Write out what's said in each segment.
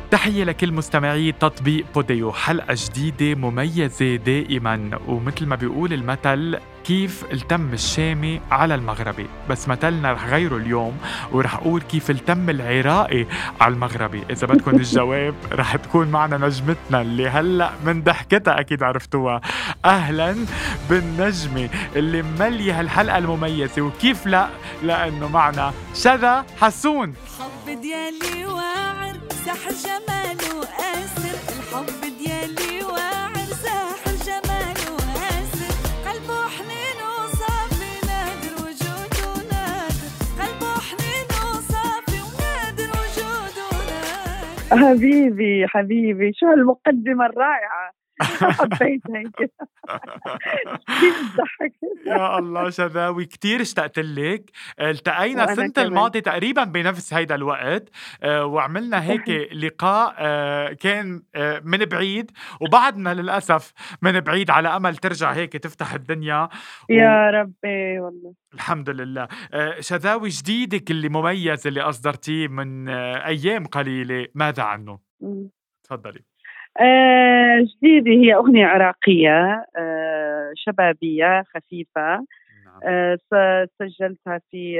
تحية لكل مستمعي تطبيق بوديو. حلقة جديدة مميزة دائما، ومثل ما بيقول المثل كيف التم الشامي على المغربي، بس مثلنا رح غيره اليوم ورح أقول كيف التم العراقي على المغربي. إذا بدكم الجواب رح تكون معنا نجمتنا اللي هلأ من ضحكتها أكيد عرفتوها. أهلا بالنجمة اللي مملية هالحلقة المميزة، وكيف لا، لأنه معنا شذا حسون. الحب ديالي واعر ساحر جماله آسر، الحب ديالي واعر ساحر جماله آسر، قلبه حنين وصافي نادر وجوده نادر، قلبه حنين وصافي ونادر وجوده نادر. حبيبي شو هالمقدمة الرائعة. حبيت هيك. كيف ضحك. يا الله شذاوي، كتير اشتقت لك. التقينا وأنا السنة كمان. الماضية تقريبا بنفس هيدا الوقت، وعملنا هيك لقاء كان من بعيد، وبعدنا للأسف من بعيد على أمل ترجع هيك تفتح الدنيا. يا ربي والله. الحمد لله. شذاوي، جديدك اللي مميز اللي أصدرتيه من أيام قليلة، ماذا عنه؟ مم. تفضلي. جديدة، هي أغنية عراقية شبابية خفيفة. نعم. سجلتها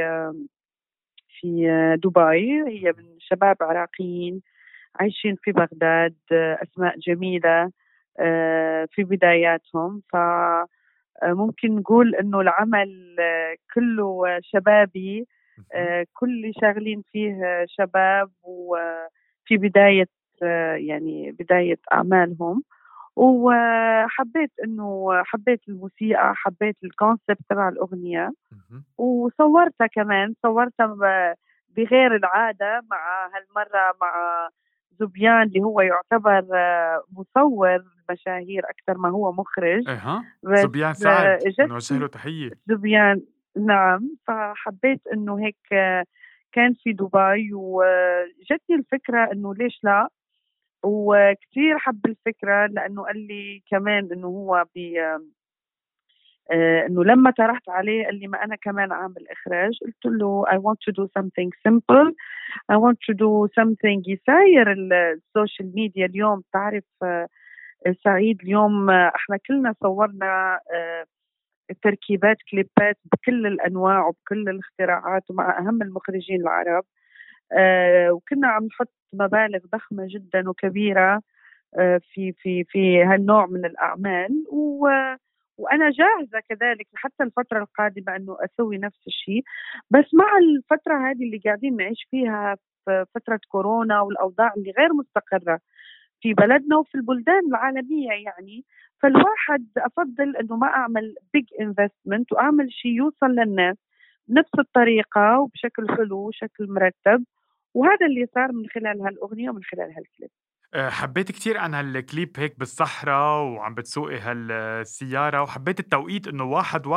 في دبي. هي من شباب عراقيين عايشين في بغداد، أسماء جميلة في بداياتهم. فممكن نقول إنه العمل كله شبابي، كل اللي شاغلين فيه شباب، وفي بداية يعني بداية أعمالهم. وحبيت حبيت الموسيقى، حبيت الكونسبت تبع الأغنية، وصورتها كمان. صورتها بغير العادة، مع هالمرة مع زبيان اللي هو يعتبر مصور مشاهير أكثر ما هو مخرج. بس زبيان سعد، إجت نوجه له تحية. زبيان. نعم. فحبيت إنه هيك كان في دبي، وجتني الفكرة إنه ليش لا. وكتير حب الفكرة، لأنه قال لي كمان إنه هو إنه لما طرحت عليه قال لي ما أنا كمان عامل إخراج. قلت له I want to do something simple. I want to do something يساير السوشيال ميديا اليوم. تعرف سعيد، اليوم احنا كلنا صورنا تركيبات كليبات بكل الأنواع وبكل الاختراعات، ومع أهم المخرجين العرب. وكنا عم نحط مبالغ ضخمة جدا وكبيرة في هالنوع من الأعمال. وأنا جاهزة كذلك حتى الفترة القادمة أنه أسوي نفس الشيء. بس مع الفترة هذه اللي قاعدين نعيش فيها، في فترة كورونا والأوضاع اللي غير مستقرة في بلدنا وفي البلدان العالمية يعني، فالواحد أفضل أنه ما أعمل big investment وأعمل شيء يوصل للناس بنفس الطريقة وبشكل حلو وشكل مرتب. وهذا اللي صار من خلال هالأغنية ومن خلال هالكليب. حبيت كتير أنا الكليب هيك بالصحراء وعم بتسوقي هالسيارة، وحبيت التوقيت إنه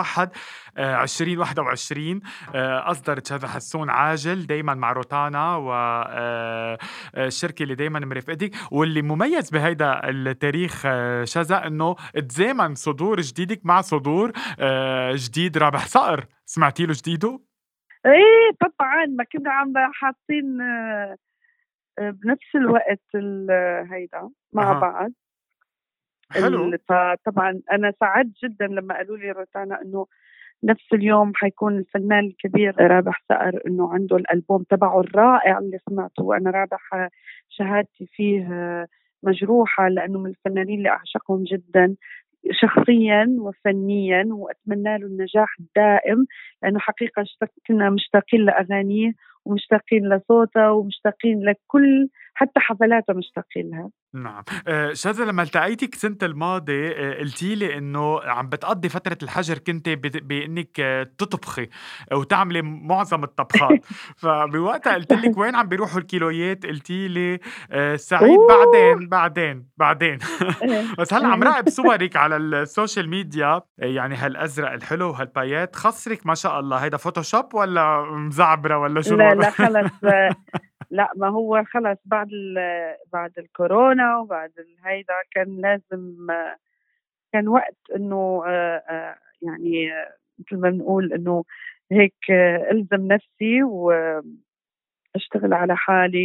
1/1/2021 أصدرت شذا حسون عاجل دايما مع روتانا، والشركة اللي دايما مرافقتك. واللي مميز بهيدا التاريخ شذا إنه تزامن صدور جديدك مع صدور جديد رابح صقر. سمعتي له جديده؟ ايه طبعا، ما كنا عم حاطين بنفس الوقت هيدا مع بعض. حلو. فطبعا أنا سعدت جدا لما قالوا لي روتانا إنه نفس اليوم حيكون الفنان الكبير رابح صقر إنه عنده الألبوم تبعه الرائع اللي سمعته. وأنا رابح شهادتي فيه مجروحة، لأنه من الفنانين اللي أعشقهم جدا شخصيا وفنيا، وأتمنى له النجاح الدائم، لأنه حقيقة كنا مشتاقين لأغانيه ومشتاقين لصوته ومشتاقين لكل حتى حفلاته مشتاقين لها. نعم. شذا، لما التقيتك سنة الماضي قلتي لي إنه عم بتقضي فترة الحجر كنت بإنك تطبخي وتعملي معظم الطبخات. فبوقتها قلت لك وين عم بيروحوا الكيلويات؟ قلتي لي سعيد بعدين. بس هلا عم راقب صورك على السوشيال ميديا، يعني هالأزرق الحلو وهالبايات خصرك ما شاء الله. هيدا فوتوشوب ولا مزعبرة ولا شو؟ لا خلص. لا، ما هو خلص بعد الكورونا وبعد هيدا كان لازم، كان وقت انه يعني مثل ما بنقول انه هيك ألزم نفسي واشتغل على حالي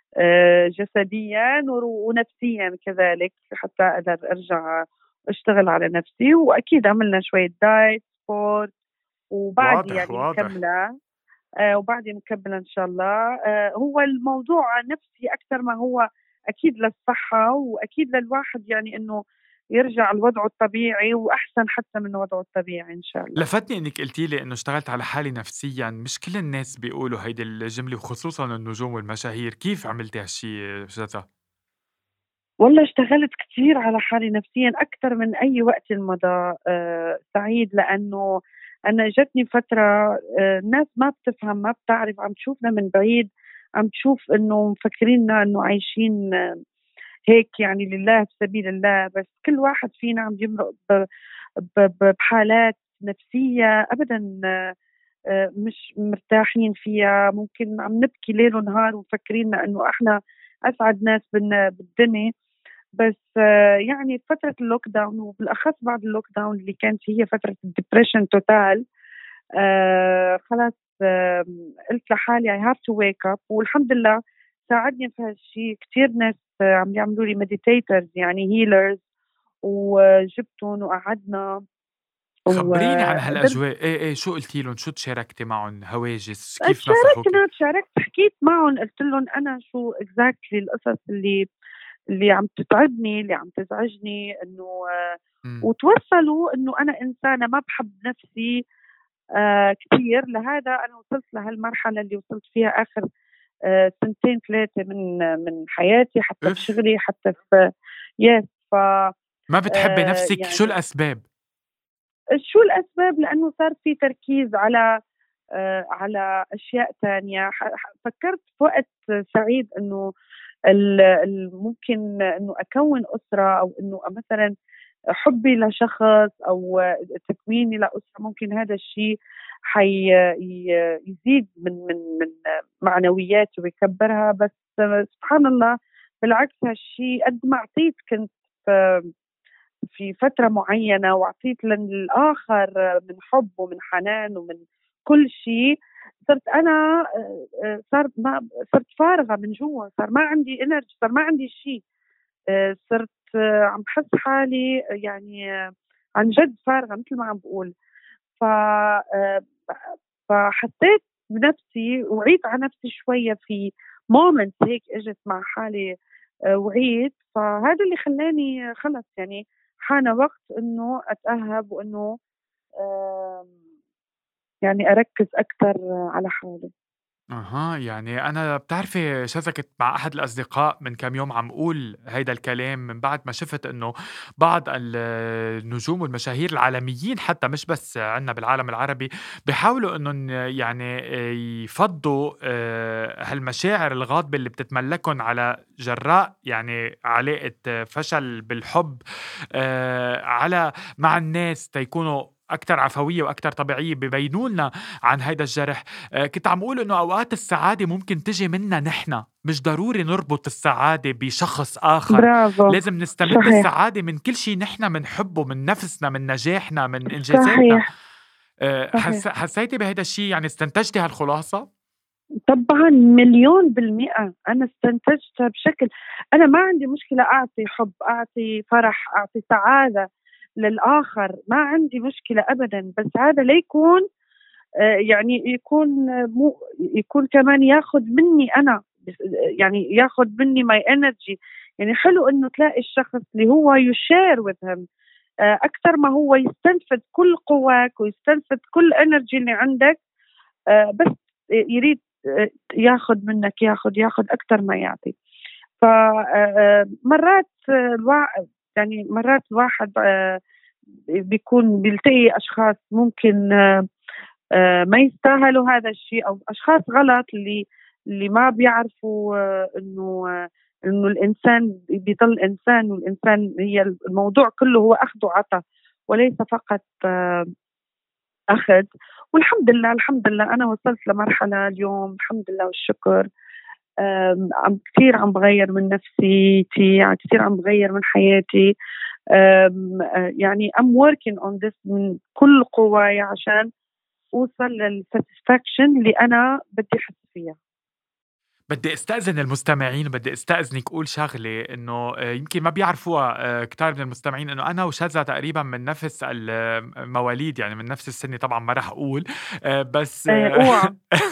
جسديا ونفسيا كذلك، حتى أقدر أرجع أشتغل على نفسي. وأكيد عملنا شوية دايت سبورت، وبعدي واضح يعني واضح. مكملة. وبعدي مكملة إن شاء الله. هو الموضوع نفسي أكثر ما هو أكيد للصحة، وأكيد للواحد يعني إنه يرجع لوضعه الطبيعي، وأحسن حتى من وضعه الطبيعي إن شاء الله. لفتني إنِّك قلتِ لي إنه اشتغلت على حالي نفسيًا، مش كل الناس بيقولوا هيدي الجملة وخصوصًا النجوم والمشاهير، كيف عملتِ هالشي شذا؟ والله اشتغلت كثير على حالي نفسيا أكثر من أي وقت مضى. سعيد، لأنه أنا جتني فترة الناس ما بتفهم، ما بتعرف، عم تشوفنا من بعيد، عم تشوف إنه مفكريننا إنه عايشين هيك يعني لله في سبيل الله. بس كل واحد فينا عم يمرق بحالات نفسية أبدا مش مرتاحين فيها. ممكن عم نبكي ليل ونهار ومفكرين إنه إحنا أسعد ناس بالدنيا. بس يعني فترة اللوك داون، وبالأخص بعد اللوك داون اللي كانت هي فترة الدبريشن توتال، خلاص قلت لحالي I have to wake up. والحمد لله ساعدني في هالشيء كتير ناس عم يعملوا لي meditators يعني healers، وجبتهم وقعدنا خبّريني عن وقدرت. هالأجواء، إيه شو قلتِ لهم، شو تشاركتِ معهم، هواجس، كيف نصحوكِ؟ تشاركت، حكيت معهم، قلت لهم أنا شو exactly القصص اللي عم تتعبني، اللي عم تزعجني، إنه إمم. وتوصلوا إنه أنا إنسانة ما بحب نفسي كثير. لهذا أنا وصلت لهالمرحلة اللي وصلت فيها آخر سنتين ثلاثة من حياتي، حتى في أوف! شغلي، حتى في يس. ف ما بتحبّي نفسِك، شو يعني الأسباب؟ شو الأسباب؟ لأنه صار في تركيز على أشياء تانية. فكرت في وقت سعيد إنه ممكن إنه أكون أسرة، أو إنه مثلا حبي لشخص أو تكويني لأسرة، ممكن هذا الشيء يزيد من معنوياتي ويكبرها. بس سبحان الله، بالعكس هالشيء قد ما أعطيت كنت في فترة معينة، وأعطيت للآخر من حب ومن حنان ومن كل شيء، صرت أنا صرت فارغة من جوا، صار ما عندي انرجي، صار ما عندي شيء. صرت عم بحس حالي يعني عن جد فارغة مثل ما عم بقول. ف آه، فحسيت بنفسي، وعيت على نفسي شوية في مومنت هيك اجت مع حالي. وعيت، فهذا اللي خلاني خلص يعني حان وقت انه اتأهب، وانه آم، يعني اركز اكثر على حالي. أها، يعني أنا بتعرفي شذا كنت مع أحد الأصدقاء من كام يوم عم أقول هيدا الكلام من بعد ما شفت إنه بعض النجوم والمشاهير العالميين حتى مش بس عنا بالعالم العربي بيحاولوا إنهم يعني يفضوا هالمشاعر الغاضبة اللي بتتملكن على جراء يعني علاقة فشل بالحب على مع الناس تيكونوا أكتر عفوية وأكتر طبيعية ببينوا لنا عن هيدا الجرح. كنت عم أقول إنه أوقات السعادة ممكن تيجي منا نحن، مش ضروري نربط السعادة بشخص آخر، برافو. لازم نستمد صحيح. السعادة من كل شي نحن منحبه، من نفسنا، من نجاحنا، من إنجازاتنا. صحيح. صحيح. حسيتي بهيدا الشي، يعني استنتجتي هالخلاصة؟ طبعا 1,000,000%. أنا استنتجتها بشكل، أنا ما عندي مشكلة أعطي حب، أعطي فرح، أعطي سعادة للآخر، ما عندي مشكلة أبدا. بس هذا لا يكون يعني يكون مو يكون كمان ياخذ مني أنا، يعني ياخذ مني ماي انرجي. يعني حلو إنه تلاقي الشخص اللي هو يشير with him أكثر ما هو يستنفذ كل قواك ويستنفذ كل انرجي اللي عندك. بس يريد ياخذ منك، ياخذ اكثر ما يعطي. فمرات يعني مرات الواحد بيكون بيلتقي اشخاص ممكن ما يستاهلوا هذا الشيء، او اشخاص غلط اللي ما بيعرفوا انه الانسان بيضل انسان، والانسان هي الموضوع كله هو اخذ وعطاء، وليس فقط أخذ. والحمد لله الحمد لله أنا وصلت لمرحلة اليوم الحمد لله والشكر. عم كثير عم بغير من نفسيتي، كثير عم بغير من حياتي. يعني I'm working on this من كل قواي عشان أوصل للساتسفاكشن اللي أنا بدي أحس فيها. بدي استأذن المستمعين وبدي استأذنك أقول شغلة إنه يمكن ما بيعرفوها كتار من المستمعين، إنه أنا وشذا تقريبا من نفس المواليد، يعني من نفس السنة. طبعا ما رح أقول بس اوعى.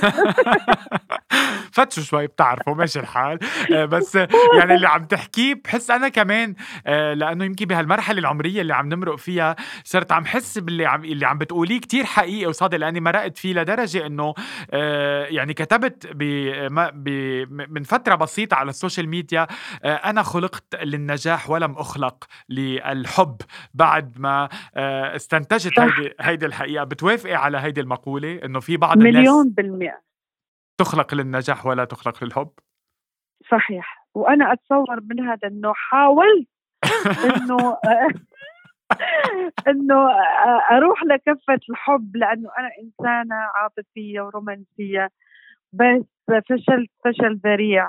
فتشوا شوي بتعرفوا ماشي الحال. بس يعني اللي عم تحكيه بحس أنا كمان، لأنه يمكن بهالمرحلة العمرية اللي عم نمرق فيها صرت عم حس اللي عم بتقوليه كتير حقيقي وصادق، لأني مرقت فيه لدرجة إنه يعني كتبت من فترة بسيطة على السوشيال ميديا أنا خلقت للنجاح ولم أخلق للحب، بعد ما استنتجت هيدي الحقيقة. بتوافقي على هيدي المقولة إنه في بعض الناس 1,000,000%. تخلق للنجاح ولا تخلق للحب؟ صحيح. وأنا أتصور من هذا إنه حاولت إنه إنه أروح لكفة الحب، لأنه أنا إنسانة عاطفية ورومانسية، بس فشلت فشل ذريع،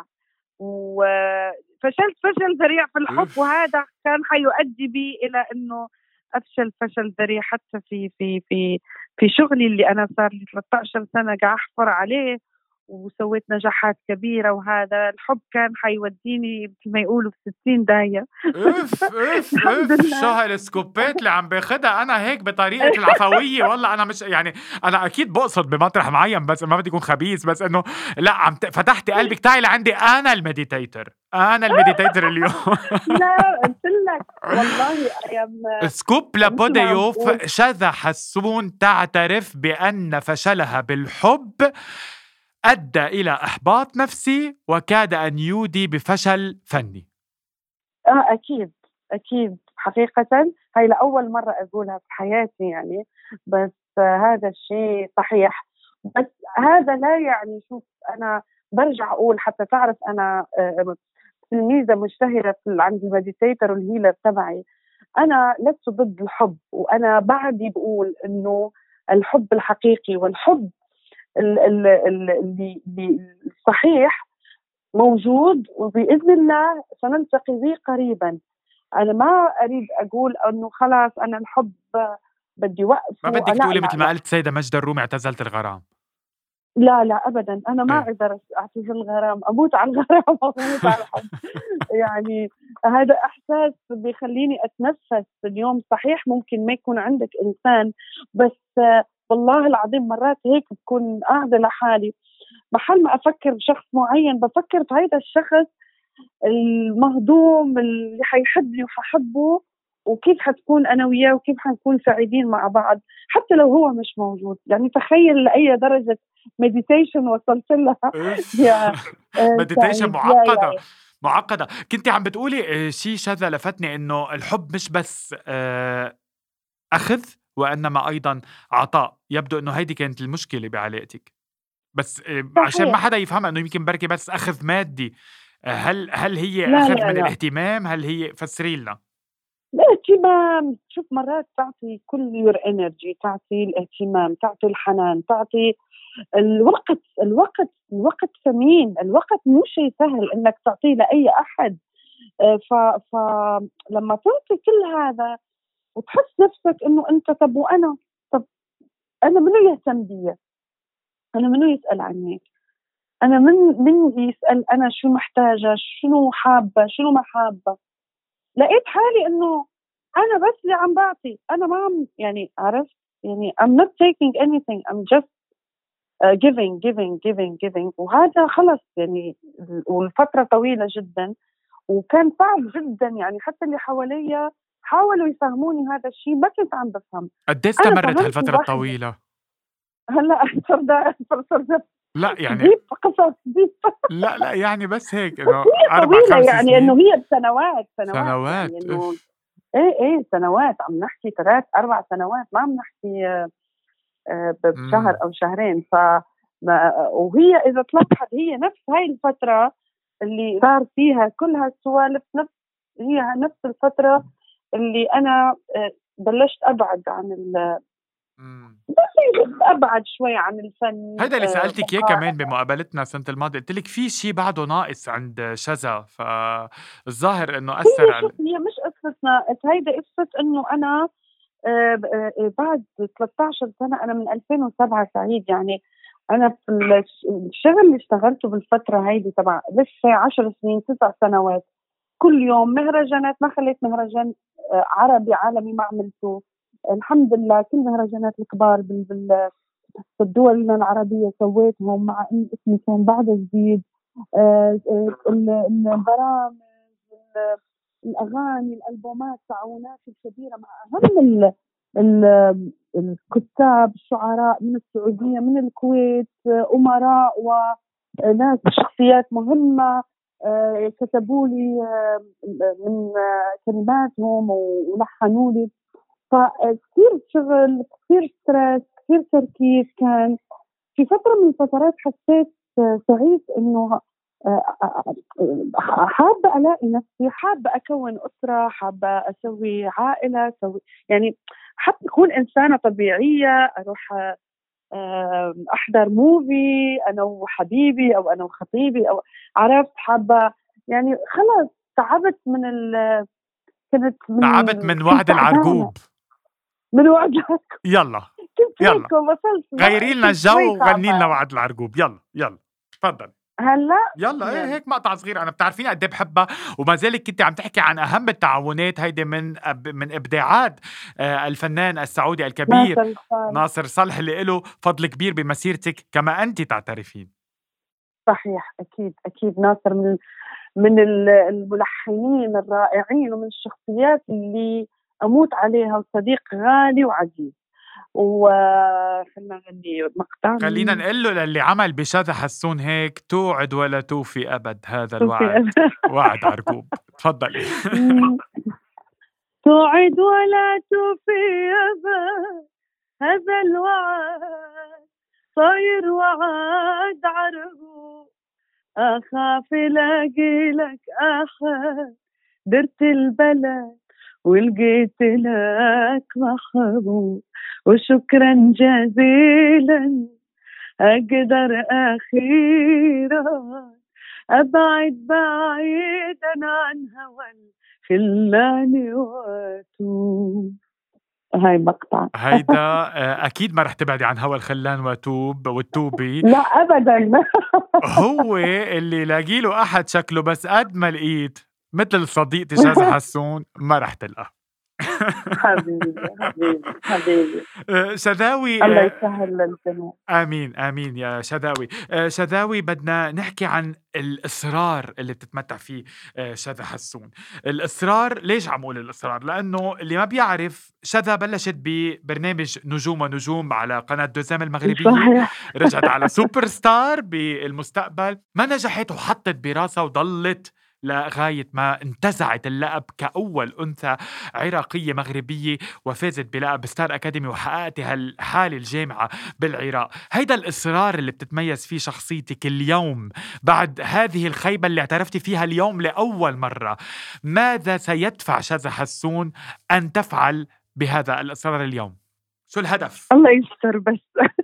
وفشلت فشل ذريع في الحب، وهذا كان حيؤدي بي إلى إنه أفشل فشل ذريع حتى في شغلي اللي أنا صار لي 13 سنة قاعد أحفر عليه وسويت نجاحات كبيرة، وهذا الحب كان حيوديني مثل ما يقولوا في 60 داهية. شو هالسكوبات اللي عم باخدها أنا هيك بطريقة العفوية؟ والله أنا مش يعني أنا أكيد بقصد بمطرح معين، بس ما بدي يكون خبيث، بس إنه لا فتحتي قلبك. تعي لعندي أنا المديتيتر اليوم. لا قلت لك والله أيام سكوب لبوديو. شذا حسون تعترف بأن فشلها بالحب أدى إلى إحباط نفسي وكاد أن يودي بفشل فني. أكيد أكيد حقيقة هاي لأول مرة أقولها في حياتي يعني، بس هذا الشيء صحيح. بس هذا لا يعني، شوف أنا برجع أقول حتى تعرف أنا تلميذة مجتهدة عند المديتيتر والهيلر تبعي، أنا لست ضد الحب، وأنا بعدي بقول إنه الحب الحقيقي والحب اللي صحيح موجود، وبإذن الله سنلتقي به قريبا. أنا ما أريد أقول أنه خلاص أنا الحب بدي وقف. ما بدك تقولي مثل ما قلت سيدة مجدة الرومي اعتزلت الغرام. لا لا أبدا، أنا ما أقدر أعتزل الغرام، أموت على الغرام أموت على الحب. يعني هذا إحساس بيخليني أتنفس اليوم. صحيح ممكن ما يكون عندك إنسان، بس والله العظيم مرات هيك بكون قاعدة لحالي، محل ما أفكر بشخص معين بفكر في هذا الشخص المهضوم اللي حيحبني وححبه، وكيف حتكون أنا وياه وكيف حنكون سعيدين مع بعض حتى لو هو مش موجود. يعني تخيل لأي درجة مديتيشن وصلت لها. مديتيشن معقدة معقدة. كنتي عم بتقولي شيء شذا لفتني، إنه الحب مش بس أخذ وإنما أيضا عطاء. يبدو إنه هيدي كانت المشكلة بعلاقتك، بس عشان ما حدا يفهم إنه يمكن بركي بس أخذ مادي. هل هي لا أخذ لا من لا. الاهتمام؟ هل هي فسري لنا؟ الاهتمام، شوف مرات تعطي كل يور انرجي، تعطي الاهتمام، تعطي الحنان، تعطي الوقت. الوقت ثمين، الوقت مو شيء سهل انك تعطيه لاي احد. فلما تعطي كل هذا وتحس نفسك انه انت طب انا منو يهتم بي؟ انا منو يسأل عني؟ انا من يسأل انا شو محتاجة، شنو حابة، شنو ما حابة؟ لقيت حالي انه انا بس اللي عم بعطي، انا ما عم يعني عرفت يعني I'm not taking anything, I'm just giving. وهذا خلص يعني، والفترة طويلة جدا وكان صعب جدا. يعني حتى اللي حواليا حاولوا يفهموني هذا الشيء، ما كنت عم بفهم. قد استمرت هالفترة الطويلة؟ هلا صرنا لا يعني ديب قصص ديب. لا يعني بس هيك انه طويلة يعني انه هي بسنوات يعني انه ايه سنوات، عم نحكي 3-4 سنوات، ما عم نحكي بشهر او شهرين. وهي اذا تلاحظ هي نفس هاي الفترة اللي صار فيها كل هالسوالف، هي نفس الفترة اللي انا بلشت ابعد عن بس ابعد شوي عن الفن. هيدا اللي سألتك اياه كمان بمقابلتنا السنة الماضية، قلت لك في شيء بعده ناقص عند شذا، فالظاهر انه اثر على. هي مش قصة ناقص، هيدا قصة انه انا بعد 13 سنة، انا من 2007 سعيد يعني، أنا في الشغل اللي اشتغلته بالفترة هيدي طبعا لسه 10 سنين 9 سنوات، كل يوم مهرجانات، ما خليت مهرجان عربي عالمي ما عملته. الحمد لله كل مهرجانات الكبار في الدول العربية سويتهم، مع إن اسمي كان بعد جديد. البرامج، الأغاني، الألبومات، تعاونات كبيرة مع أهم الكتاب الشعراء من السعودية من الكويت، أمراء وناس شخصيات مهمة كتبوا لي من كلماتهم ولحنوا لي. فكثير شغل، كثير ستريس، كثير تركيز. كان في فترة من الفترات حسيت سعيد إنه حابة ألاقي نفسي، حابة أكون أسرة، حابة أسوي عائلة، يعني حابة أكون إنسانة طبيعية، أروح أحضر موفي أنا وحبيبي أو أنا وخطيبي، أو عرفت حابة يعني خلاص تعبت تعبت من وعد العرقوب. من وعد العرقوب. يلا يلا وصلت، غيري لنا الجو وغني لنا وعد العرقوب. يلا تفضل هلا. يلا. ايه هيك مقطع صغير، انا بتعرفين قد ايه بحبها. وما زالك كنت عم تحكي عن اهم التعاونات هيدي من ابداعات الفنان السعودي الكبير ناصر صالح، اللي له فضل كبير بمسيرتك كما انت تعترفين. صحيح، اكيد ناصر من الملحنين الرائعين ومن الشخصيات اللي اموت عليها، وصديق غالي وعزيز. وخلنا نغني مقطع. خلينا نقول له للي عمل بشذا حسون هيك: توعد ولا توفي أبد هذا الوعد وعد عرقوب. تفضلي. توعد ولا توفي أبد هذا الوعد، صاير وعد عرقوب، أخاف لاقي لك أحد، درت البلد ولقيت لك محبوب، وشكرا جزيلا أقدر أخيرا أبعد بعيدا عن هوى الخلان واتوب. هاي مقطع. هيدا أكيد ما رح تبعدي عن هوى الخلان وتوبي. لا أبدا. هو اللي لاقيله أحد شكله بس قد ما لقيت مثل صديقتي شذا حسون ما رح تلقى. حبيبي شذاوي، الله يسهل للجميع. آمين يا شذاوي. شذاوي، بدنا نحكي عن الإصرار اللي بتتمتع فيه شذا حسون. الإصرار، ليش عم أقول الإصرار؟ لأنه اللي ما بيعرف، شذا بلشت ببرنامج نجوم ونجوم على قناة دوزام المغربية، رجعت على سوبر ستار بالمستقبل، ما نجحت وحطت براسها وضلت لغاية ما انتزعت اللقب كأول أنثى عراقية مغربية وفازت بلقب ستار أكاديمي وحققت هالحالة الجامعة بالعراق. هيدا الإصرار اللي بتتميز فيه شخصيتك اليوم بعد هذه الخيبة اللي اعترفتي فيها اليوم لأول مرة. ماذا سيدفع شذا حسون أن تفعل بهذا الإصرار اليوم؟ شو الهدف؟ الله يستر بس.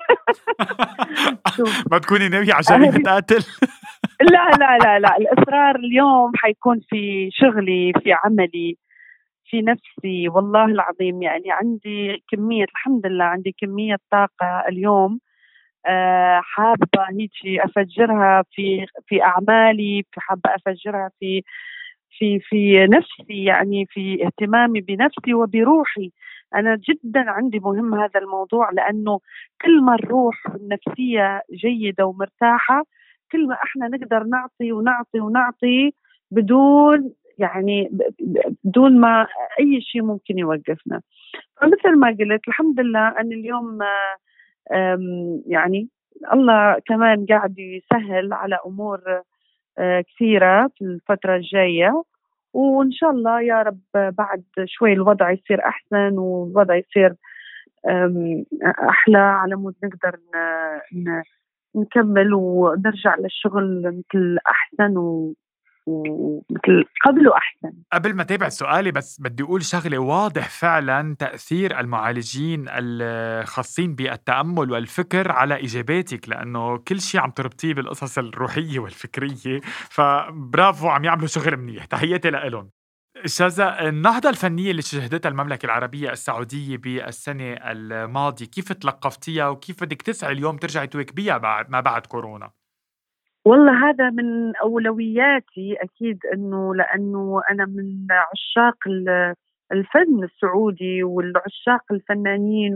ما تكوني ناوية على جريمة قتل؟ لا الإصرار اليوم حيكون في شغلي، في عملي، في نفسي. والله العظيم يعني عندي كمية، الحمد لله عندي كمية طاقة اليوم حابة هيجي أفجرها في أعمالي، حابة أفجرها في نفسي، يعني في اهتمامي بنفسي وبروحي. أنا جدا عندي مهم هذا الموضوع، لأنه كل ما الروح النفسية جيدة ومرتاحة، كل ما احنا نقدر نعطي ونعطي ونعطي بدون بدون ما أي شيء ممكن يوقفنا. فمثل ما قلت الحمد لله أن اليوم يعني الله كمان قاعد يسهل على أمور كثيرة في الفترة الجاية، وإن شاء الله يا رب بعد شوي الوضع يصير أحسن والوضع يصير أحلى، على مود نقدر نكمل ونرجع للشغل مثل أحسن ومثل قبل وأحسن. قبل ما تابع سؤالي بس بدي أقول شغلة. واضح فعلا تأثير المعالجين الخاصين بالتأمل والفكر على إجاباتك، لأنه كل شيء عم تربطيه بالقصص الروحية والفكرية، فبرافو، عم يعملوا شغل منيح، تحياتي لهم. شذا، النهضة الفنية اللي شهدتها المملكة العربية السعودية بالسنة الماضية كيف تلقفتيها وكيف بدك تسعي اليوم ترجعي تواكبيها ما بعد كورونا؟ والله هذا من أولوياتي أكيد، لأنه أنا من عشاق الفن السعودي والعشاق الفنانين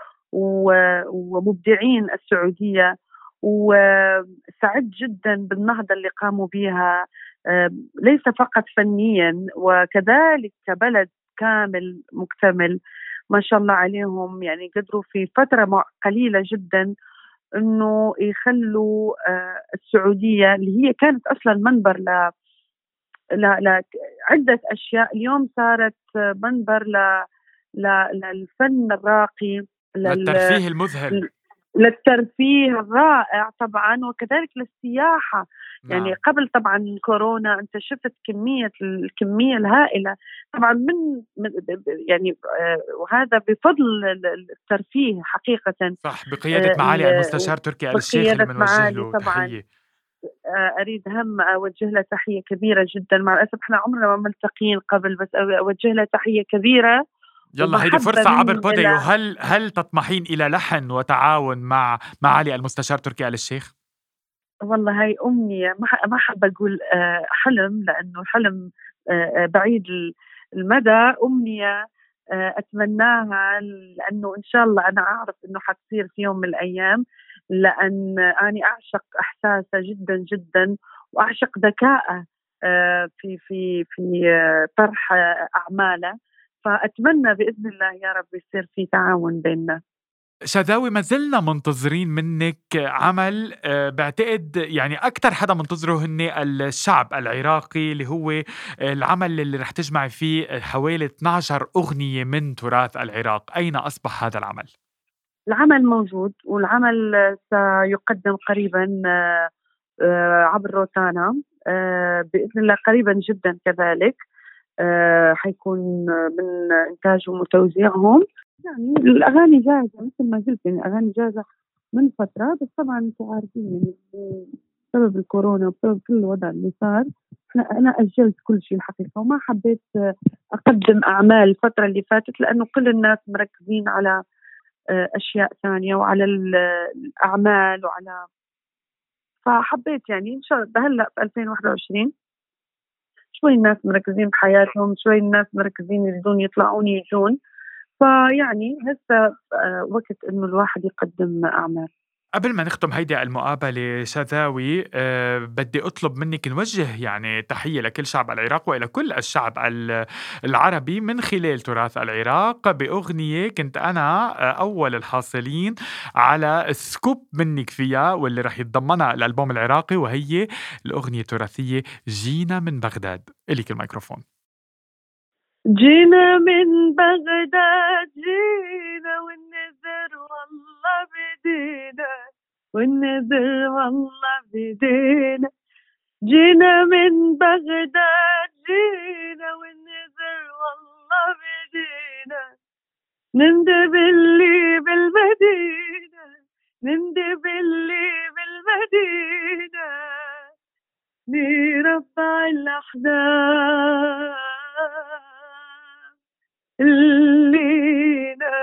ومبدعين السعودية، وسعدت جدا بالنهضة اللي قاموا بها، ليس فقط فنيا وكذلك كبلد كامل مكتمل ما شاء الله عليهم. يعني قدروا في فترة قليلة جدا انه يخلوا السعوديه اللي هي كانت اصلا منبر لعده اشياء، اليوم صارت منبر للفن الراقي، للترفيه المذهل، للترفيه الرائع طبعا، وكذلك للسياحه. يعني نعم. قبل طبعا كورونا انت شفت الكميه الهائله طبعا يعني وهذا بفضل الترفيه حقيقه. صح، بقيادة معالي المستشار تركي آل الشيخ اللي بقيادة بنوجه معالي له طبعا. تحية. أريد هم أوجه له تحية كبيرة جدا، مع الأسف إحنا عمرنا ما ملتقين قبل، بس أوجه له تحية كبيرة. يلا هيدي فرصة عبر بوديو، هل تطمحين إلى لحن وتعاون مع معالي المستشار تركي آل الشيخ؟ والله هاي أمنية، ما حابة أقول حلم، لأنه حلم بعيد المدى. أمنية أتمناها، لأنه إن شاء الله أنا أعرف إنه حتصير في يوم من الأيام، لأن أنا أعشق إحساسه جدا جدا، وأعشق ذكائه في طرح أعماله. فأتمنى بإذن الله يا رب يصير في تعاون بيننا. شذاوي، ما زلنا منتظرين منك عمل بعتقد يعني أكتر حدا منتظره هن الشعب العراقي، اللي هو العمل اللي رح تجمع فيه حوالي 12 أغنية من تراث العراق. أين أصبح هذا العمل؟ العمل موجود، والعمل سيقدم قريبا عبر روتانا بإذن الله، قريبا جدا كذلك. حيكون من إنتاجهم وتوزيعهم. يعني الأغاني جاهزة مثل ما قلت، يعني الأغاني جاهزة من فترة، بس طبعا أنتم عارفين يعني بسبب الكورونا وبسبب كل الوضع اللي صار أنا أجلت كل شيء الحقيقة، وما حبيت أقدم أعمال الفترة اللي فاتت، لأنه كل الناس مركزين على أشياء ثانية وعلى الأعمال فحبيت يعني إن شاء الله هلأ في 2021 شوي الناس مركزين بحياتهم، شوي الناس مركزين يريدون يطلعون يجون، فيعني هسه وقت إنه الواحد يقدم أعمال. قبل ما نختم هيدي المقابلة شذاوي، بدي أطلب منك نوجه يعني تحية لكل شعب العراق وإلى كل الشعب العربي من خلال تراث العراق بأغنية كنت أنا أول الحاصلين على سكوب منك فيها، واللي رح يتضمنها الألبوم العراقي، وهي الأغنية التراثية جينا من بغداد. إليك الميكروفون. جينا من بغداد، جينا والنذر والله بدينا، والنذر والله بدينا. جينا من بغداد، جينا والنذر والله بدينا. نندب اللي بالمدينة، نندب اللي بالمدينة، نرفع الأحزان لينا،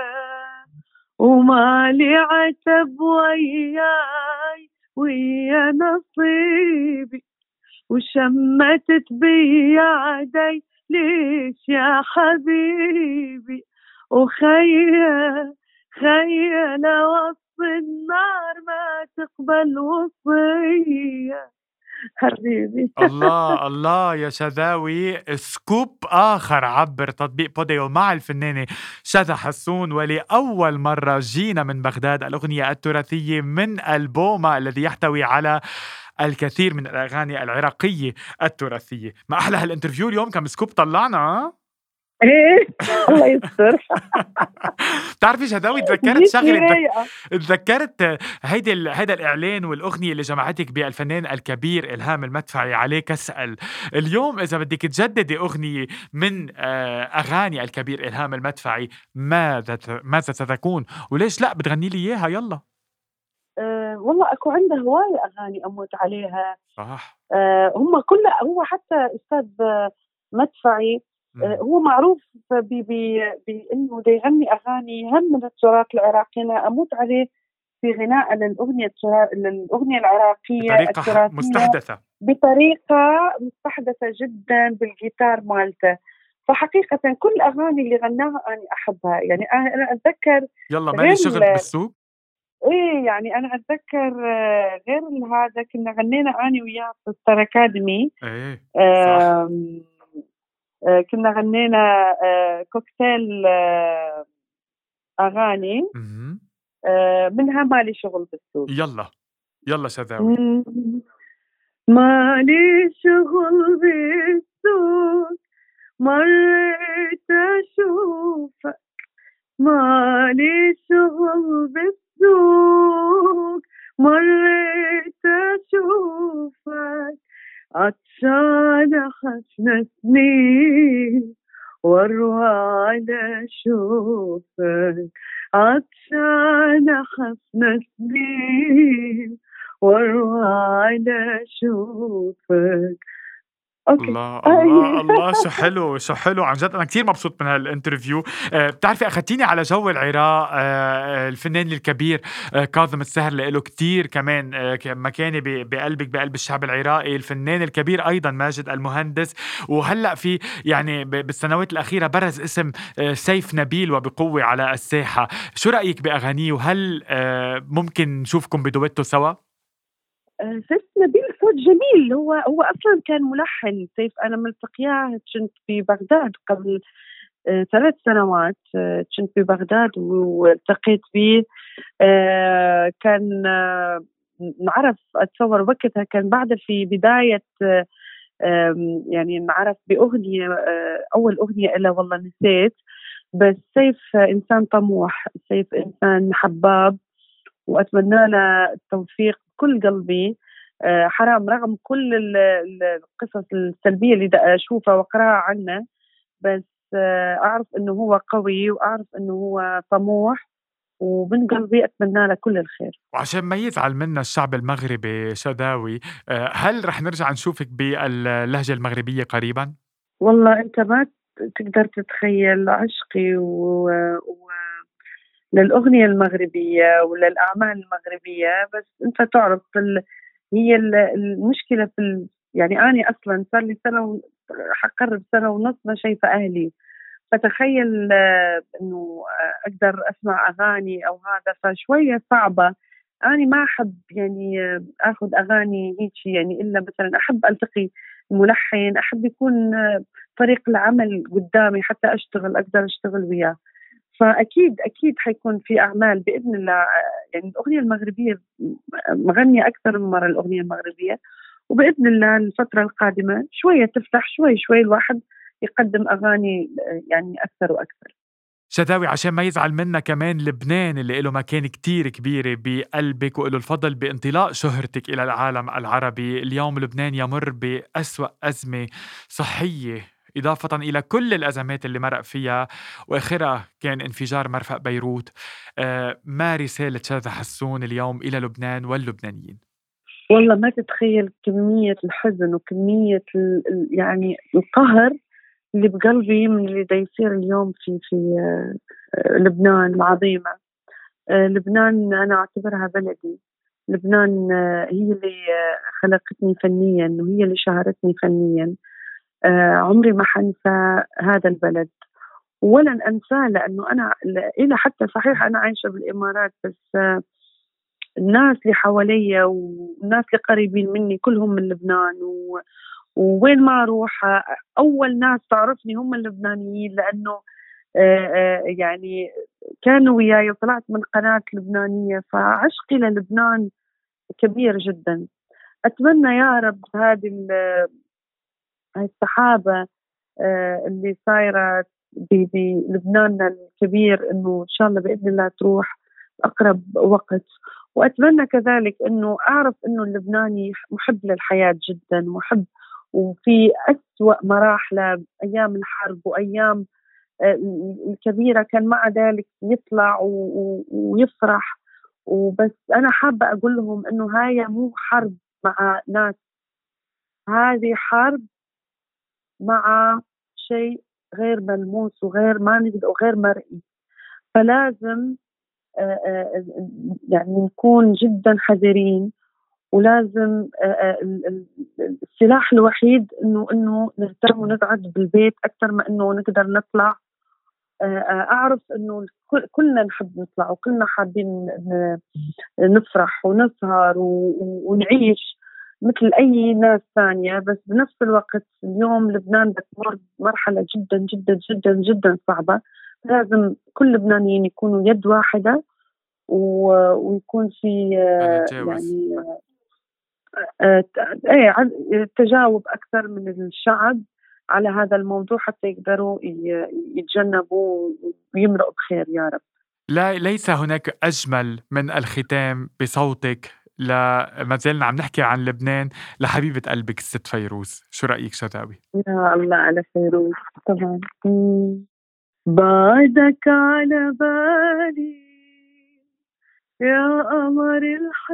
ومالي عتب وياي ويا نصيبي، وشمتت بي عدي ليش يا حبيبي، وخيا لوص النار ما تقبل وصية حبيبي. الله يا شذاوي، سكوب آخر عبر تطبيق بوديو مع الفنانة شذا حسون، ولأول مرة جينا من بغداد، الأغنية التراثية من ألبومها الذي يحتوي على الكثير من الأغاني العراقية التراثية. ما أحلى هالانترفيو اليوم، كم سكوب طلعنا. ايه الله يستر. بتعرفي شذاوي، تذكرت هيدا الإعلان والأغنية اللي جمعتك بالفنان الكبير إلهام المدفعي. عليك أسأل اليوم إذا بدك تجددي أغنية من أغاني الكبير إلهام المدفعي، ماذا ستكون؟ وليش لا بتغني لي إياها؟ يلا. والله أكو عنده هواية أغاني أموت عليها. صح. هم كلها، هو حتى أستاذ مدفعي هو معروف بأنه بده يغني أغاني هم من التراث العراقي. أنا أموت عليه في غناء للأغنية العراقية بطريقة التراثية مستحدثة. بطريقة مستحدثة جدا بالجيتار مالته. فحقيقة كل الأغاني اللي غناها أنا أحبها. يعني أنا أتذكر يلا مالي غير شغلك بالسوق. إيه، يعني أنا أتذكر غير هذا كنا غنينا أنا وياه في ستار أكاديمي. ايه صح. كنا غنينا كوكتيل أغاني، مهم. منها مالي شغل بالسوق. يلا يلا شذاوي. مالي شغل بالسوق، مريت أشوفك. مالي شغل بالسوق، مريت أشوفك. عطشانة خفنا سنين واروح على شوفك. عطشانة خفنا سنين واروح على شوفك. اوكي. الله الله الله، شو حلو شو حلو عن جد. انا كثير مبسوط من هالانترفيو. بتعرفي اخذتيني على جو العراق. الفنان الكبير كاظم الساهر اللي له كثير كمان مكانه بقلبك، بقلب الشعب العراقي. الفنان الكبير ايضا ماجد المهندس. وهلا في يعني بالسنوات الاخيره برز اسم سيف نبيل وبقوه على الساحه. شو رايك باغانيه، وهل ممكن نشوفكم بدويتو سوا؟ سيف نبيل صوت جميل. هو اصلا كان ملحن. سيف انا ملتقياه كنت في بغداد قبل 3 سنوات. كنت في بغداد والتقيت به. كان نعرف اتصور وقتها كان بعد في بدايه يعني نعرف باغنيه اول اغنيه له والله نسيت. بس سيف انسان طموح، سيف انسان حباب، وأتمنى له التوفيق بكل قلبي. حرام رغم كل القصص السلبية اللي أشوفها وأقرأها عنه، بس أعرف أنه هو قوي، وأعرف أنه هو طموح، ومن قلبي أتمنى له كل الخير. وعشان ما يزعل منا الشعب المغربي شذاوي، هل رح نرجع نشوفك باللهجة المغربية قريبا؟ والله أنت ما تقدر تتخيل عشقي للأغنية المغربية وللأعمال المغربية. بس أنت تعرف هي المشكلة يعني أنا أصلا صار لي سنة حقرب سنة ونص ما شايفة أهلي. فتخيل إنه أقدر أسمع أغاني أو هذا، فشوية صعبة. أنا ما أحب يعني أخذ أغاني هيك يعني، إلا مثلا أحب ألتقي ملحن، أحب يكون فريق العمل قدامي حتى أقدر أشتغل وياه. فأكيد حيكون في أعمال بإذن الله. يعني الأغنية المغربية مغنية أكثر من مرة الأغنية المغربية، وبإذن الله الفترة القادمة شوية تفتح شوي الواحد يقدم أغاني يعني أكثر وأكثر. شذاوي، عشان ما يزعل منا كمان لبنان اللي له مكان كتير كبيرة بقلبك وله الفضل بانطلاق شهرتك إلى العالم العربي، اليوم لبنان يمر بأسوأ أزمة صحية إضافة إلى كل الأزمات اللي مرق فيها، وآخرها كان انفجار مرفأ بيروت. ما رسالة شاذة حسون اليوم إلى لبنان واللبنانيين؟ والله ما تتخيل كمية الحزن وكمية يعني القهر اللي بقلبي من اللي دا يصير اليوم في لبنان العظيمة. لبنان أنا أعتبرها بلدي. لبنان هي اللي خلقتني فنيا، وهي اللي شهرتني فنيا. عمري ما حنسى هذا البلد ولن أنساه، لأنه أنا إلى حتى صحيح أنا عايشة بالإمارات، بس الناس اللي حواليا والناس اللي قريبين مني كلهم من لبنان. ووين ما أروح أول ناس تعرفني هم اللبنانيين، لأنه يعني كانوا وياي وطلعت من قناة لبنانية، فعشقي للبنان كبير جدا. أتمنى يا رب هذه السحابة اللي صايرة بلبناننا الكبير إنه إن شاء الله بإذن الله تروح أقرب وقت. وأتمنى كذلك إنه أعرف إنه اللبناني محب للحياة جدا، محب، وفي أسوأ مراحل أيام الحرب وأيام الكبيرة كان مع ذلك يطلع ويفرح. وبس أنا حابة أقول لهم إنه هاي مو حرب مع ناس، هذه حرب مع شيء غير ملموس وغير ما نقدر وغير مرئي. فلازم يعني نكون جدا حذرين، ولازم السلاح الوحيد إنه نهتم ونقعد بالبيت أكثر ما إنه نقدر نطلع. أعرف إنه كلنا نحب نطلع، وكلنا حابين نفرح ونسهر ونعيش مثل أي ناس ثانية، بس بنفس الوقت اليوم لبنان بتمر مرحلة جدا جدا جدا جدا صعبة. لازم كل لبنانيين يكونوا يد واحدة، ويكون في يعني تجاوب أكثر من الشعب على هذا الموضوع حتى يقدروا يتجنبوا ويمرقوا بخير يا رب. لا، ليس هناك أجمل من الختام بصوتك ما زلنا عم نحكي عن لبنان لحبيبة قلبك الست فيروز. شو رأيك شذاوي؟ يا الله على فيروز طبعا. بعدك على بالي يا قمر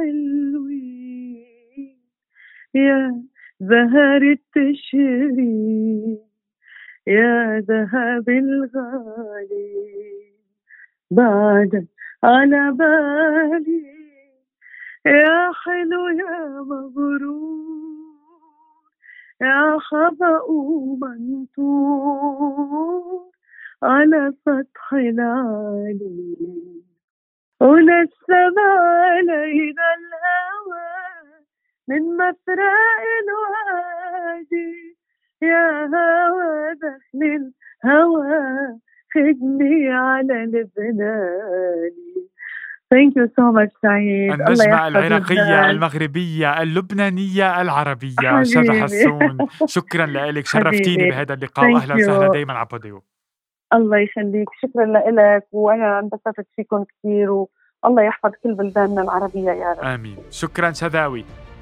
الحلوين، يا زهر التشرين، يا ذهب الغالي. بعدك على بالي يا حلو يا مغرور، يا خبأ منطور على سطح العالي، ولسه علينا الهوى من مفرق الوادي. يا هوى دخل الهوى خدني على لبناني. Thank you so much سعيد. النجمة العراقية المغربية اللبنانية العربية شذى حسون، شكرا لك، شرفتيني بهذا اللقاء، وأهلا وسهلا دايما على بوديو. الله يخليك، شكرا لك، وأنا انبسطت فيكم كثير، والله يحفظ كل بلداننا العربية يا رب. آمين. شكرا شذاوي.